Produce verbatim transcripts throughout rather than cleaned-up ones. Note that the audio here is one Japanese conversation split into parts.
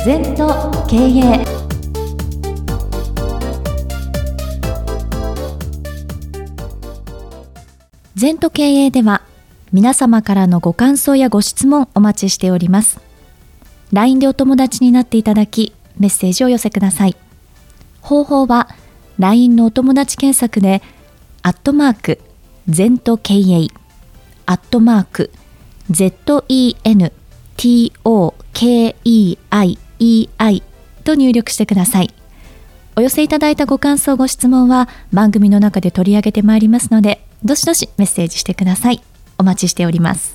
全と経営。全と経営では皆様からのご感想やご質問お待ちしております。 ライン でお友達になっていただきメッセージをお寄せください。方法は ライン のお友達検索でアットマーク全と経営アットマーク ゼットイーエヌティーオーケーイーアイイーアイ と入力してください。お寄せいただいたご感想ご質問は番組の中で取り上げてまいりますので、どしどしメッセージしてください。お待ちしております。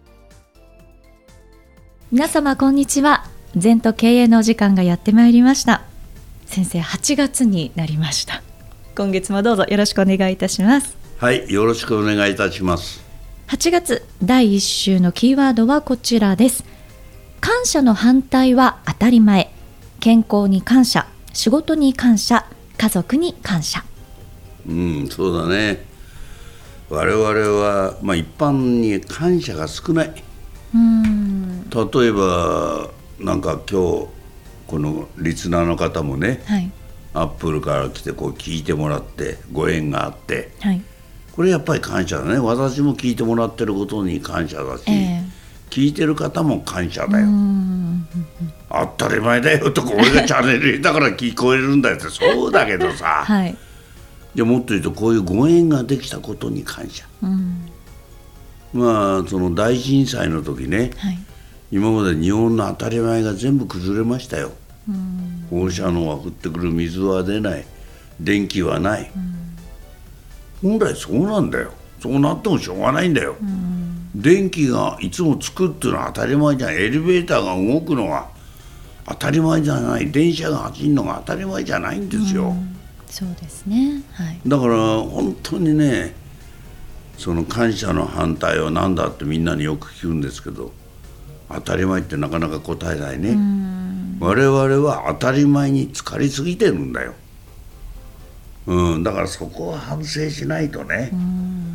皆様こんにちは。全と経営のお時間がやってまいりました。先生、はちがつになりました。今月もどうぞよろしくお願いいたします。 はい、よろしくお願いいたします。 はちがつだいいっ週のキーワードはこちらです。感謝の反対は当たり前。健康に感謝、仕事に感謝、家族に感謝。 うん、そうだね。我々は、まあ、一般に感謝が少ない。うーん、例えばなんか今日このリスナーの方もね、はい、アップルから来てこう聞いてもらってご縁があって、はい、これやっぱり感謝だね。私も聞いてもらってることに感謝だし、えー、聞いてる方も感謝だよ。うーん、当たり前だよとか俺がチャンネルだから聞こえるんだよってそうだけどさ、はい、じゃあもっと言うとこういうご縁ができたことに感謝、うん、まあその大震災の時ね、はい、今まで日本の当たり前が全部崩れましたよ。うん、放射能は降ってくる、水は出ない、電気はない、うん、本来そうなんだよ。そうなってもしょうがないんだよ。うん、電気がいつもつくっていうのは当たり前じゃない。エレベーターが動くのは当たり前じゃない。電車が走るのが当たり前じゃないんですよ。うん、 そうですね、はい、だから本当にね、その感謝の反対は何だってみんなによく聞くんですけど、当たり前ってなかなか答えないね。うん、我々は当たり前に疲れすぎてるんだよ。うん、だからそこは反省しないとね。うん、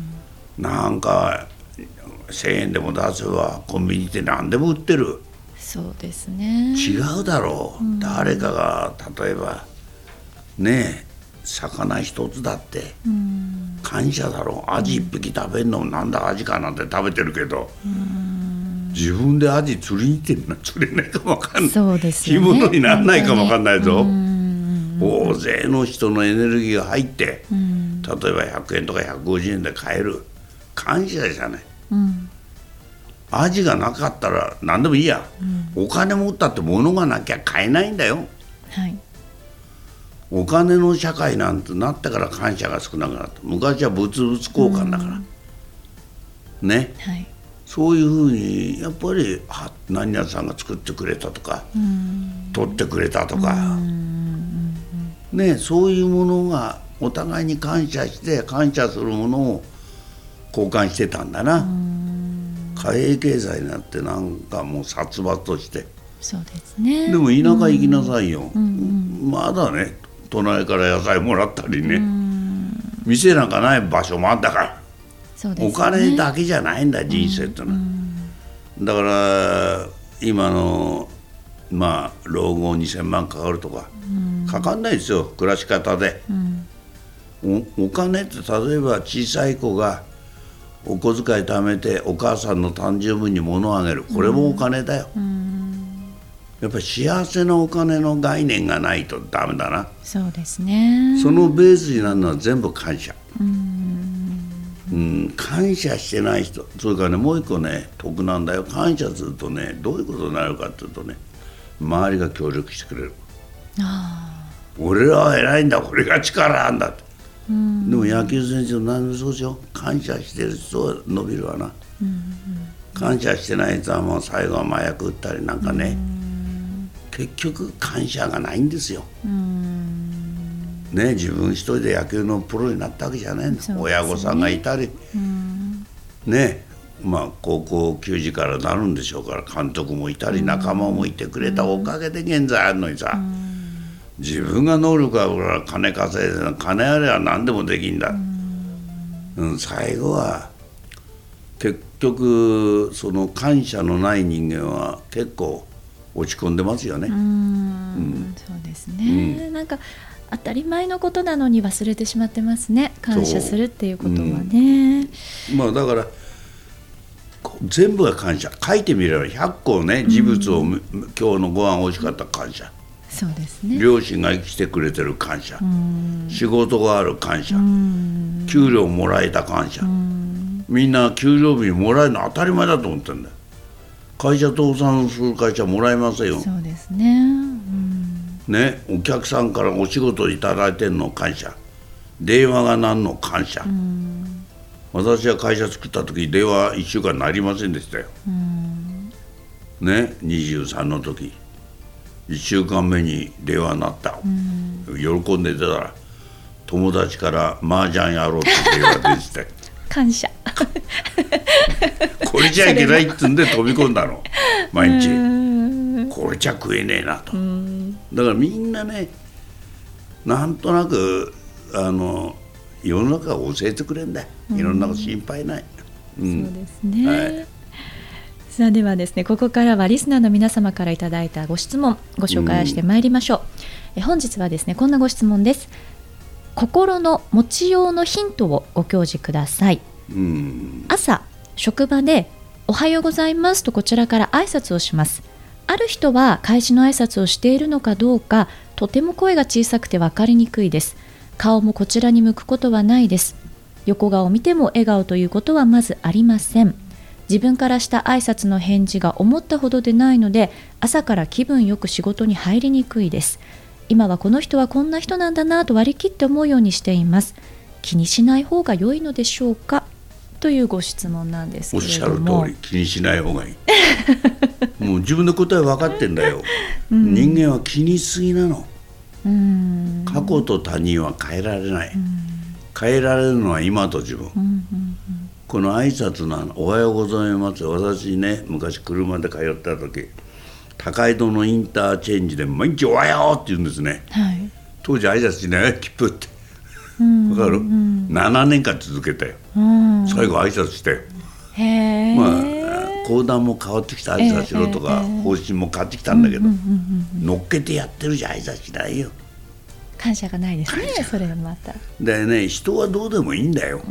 なんかせんえんでも出せばコンビニって何でも売ってる。 そうですね。 違うだろう。うん、誰かが例えばねえ魚一つだって感謝だろう。アジ一匹食べるのもなんだアジかなんて食べてるけど、うん、自分でアジ釣りに行ってるの釣れないかもわかんない。そうですよね、干物にならないかもわかんないぞ。大勢の人のエネルギーが入って、うん、例えばひゃくえんとかひゃくごじゅうえんで買える。感謝じゃない。うん、アジがなかったら何でもいいや、うん、お金持ったって物がなきゃ買えないんだよ。はい、お金の社会なんてなってから感謝が少なくなった。昔は物々交換だから、うん、ね、はい、そういうふうにやっぱり何々さんが作ってくれたとか、うん、取ってくれたとか、うん、ね、そういうものがお互いに感謝して感謝するものを交換してたんだな。うん、貨幣経済になってなんかもう殺伐として。 そうですね。 でも田舎行きなさいよ、うんうん、まだね隣から野菜もらったりね、うん、店なんかない場所もあったから。そうですね、お金だけじゃないんだ人生ってのは、うんうん、だから今のまあ老後にせんまんかかるとか、うん、かかんないですよ暮らし方で、うん、お, お金って例えば小さい子がお小遣い貯めてお母さんの誕生日に物をあげる、これもお金だよ、うん、やっぱり幸せなお金の概念がないとダメだな。 そうですね。 そのベースになるのは全部感謝。うん、うん、感謝してない人、それからねもう一個ね得なんだよ。感謝するとねどういうことになるかっていうとね、周りが協力してくれる。あ、俺らは偉いんだ、これが力あんだって。うん、でも野球選手の何でもそうでしょ。感謝してる人は伸びるわな、うんうん、感謝してない人はもう最後は麻薬打ったりなんかね、うん、結局感謝がないんですよ、うん、ね、自分一人で野球のプロになったわけじゃないの、ね、親御さんがいたり、うん、ね、まあ高校球児からなるんでしょうから監督もいたり仲間もいてくれたおかげで現在あるのにさ、うん、自分が能力あるから金稼いで金あれば何でもできんだ、うん、最後は結局その感謝のない人間は結構落ち込んでますよね。 うーん、うん、そうですね、うん、なんか当たり前のことなのに忘れてしまってますね、感謝するっていうことはね、 うん、まあだから全部が感謝、書いてみればひゃっこね、事物を、うん、今日のご飯美味しかった感謝、 そうですね、 両親が生きてくれてる感謝、うん、仕事がある感謝、うん、給料もらえた感謝、うん、みんな給料日もらえるの当たり前だと思ってるんだよ。会社倒産する会社もらえませんよ。 そうですね、うんね、お客さんからお仕事いただいてるの感謝、電話がなんの感謝、うん、私は会社作った時電話いっしゅうかんなりませんでしたよ、うん、ね、にじゅうさんの時いっしゅうかんめに電話になった、うん、喜んで出たら友達から麻雀やろうって電話出てたよ感謝これじゃいけないっつんで飛び込んだの毎日、これじゃ食えねえなと、だからみんなね、なんとなくあの世の中を教えてくれんだよ、いろんなこと心配ない、 うん、そうですね、はい、さあではですね、ここからはリスナーの皆様からいただいたご質問ご紹介してまいりましょう、うん、え本日はですねこんなご質問です。心の持ちようのヒントをご教示ください、うん、朝職場でおはようございますとこちらから挨拶をします。ある人は開始の挨拶をしているのかどうかとても声が小さくて分かりにくいです。顔もこちらに向くことはないです。横顔を見ても笑顔ということはまずありません。自分からした挨拶の返事が思ったほどでないので朝から気分よく仕事に入りにくいです。今はこの人はこんな人なんだなと割り切って思うようにしています。気にしない方が良いのでしょうかというご質問なんですけれども、 おっしゃる通り気にしない方がいいもう自分の答え分かってんだよ、うん、人間は気にしすぎなの、うん、過去と他人は変えられない、うん、変えられるのは今と自分、うんうんうん、この挨拶のおはようございます私ね昔車で通った時高井戸のインターチェンジで毎日おはようって言うんですね、はい、当時挨拶しない切符って分かる、うん、ななねんかん続けたよ、うん、最後挨拶してよ、へまあ講談も変わってきた挨拶しろとか方針も変わってきたんだけど、乗っけてやってるじゃ挨拶しないよ。 感謝がないですねそれまたでね、人はどうでもいいんだよ、うん、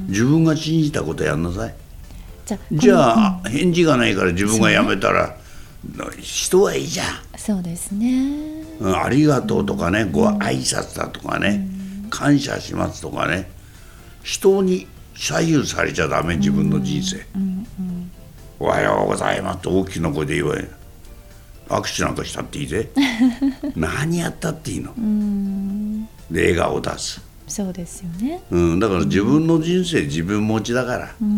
自分が信じたことやんなさい。じゃあ、じゃあ、うん、返事がないから自分がやめたら人はいいじゃん。 そうですね、 うん、ありがとうとかね、うん、ご挨拶だとかね、うん、感謝しますとかね、人に左右されちゃダメ。自分の人生、うんうんうん、おはようございますって大きな声で言われる。握手なんかしたっていいぜ何やったっていいの、うん、で笑顔を出す。 そうですよね、 うん、だから自分の人生、うん、自分持ちだから、うん、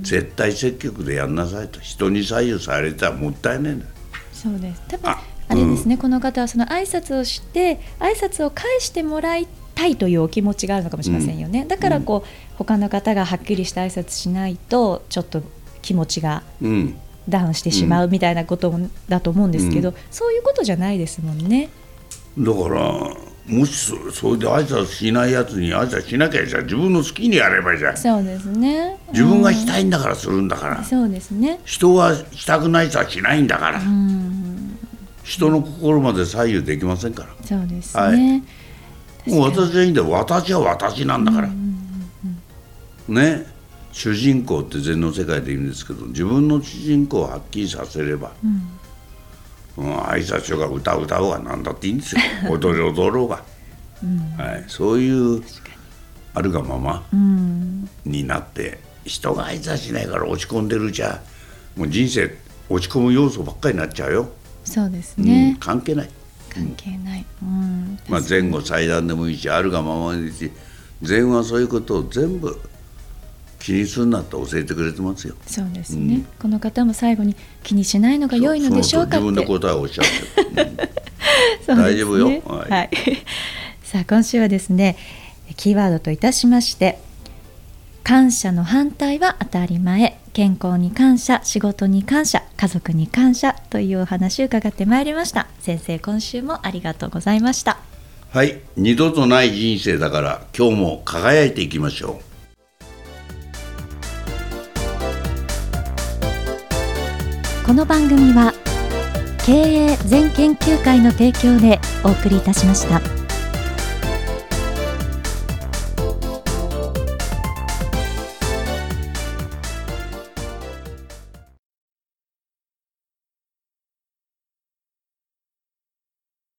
絶対積極でやんなさいと。人に左右されたらもったいないんだよ。 そうです。多分 あ, あれですね、うん、この方はその挨拶をして挨拶を返してもらいたいというお気持ちがあるのかもしれませんよね、うん、だからこう、うん、他の方がはっきりした挨拶しないとちょっと気持ちがダウンしてしまうみたいなことだと思うんですけど、うん、そういうことじゃないですもんね。 だからもし そ, それで挨拶しないやつに挨拶しなきゃいいじゃん。自分の好きにやればいいじゃん。 そうですね、 自分がしたいんだからするんだから、うん、 そうですね。 人はしたくない人はしないんだから、うん、人の心まで左右できませんから。 そうですね、 はい、もう私はいいんだよ。私は私なんだから、うんうんうん、ね。主人公って禅の世界で言うんですけど、自分の主人公をはっきりさせれば、うんうん、挨拶が歌う歌おうが何だっていいんですよ踊り踊ろうが、うんはい、そういうあるがままになって、人が挨拶しないから落ち込んでるじゃもう人生落ち込む要素ばっかりになっちゃうよ。 そうですね、 うん、関係ない関係ない、うんまあ、前後祭壇でもいいし、あるがままでいいし、禅はそういうことを全部気にするなって教えてくれてますよ。 そうですね、うん、この方も最後に気にしないのが良いのでしょうかって自分で答えをおっしゃって、うんそうですね、大丈夫よ、はいはい、 さあ今週はですね、キーワードといたしまして、感謝の反対は当たり前、健康に感謝、仕事に感謝、家族に感謝というお話を伺ってまいりました。先生、今週もありがとうございました。 はい、二度とない人生だから今日も輝いていきましょう。 この番組は経営全研究会の提供でお送りいたしました。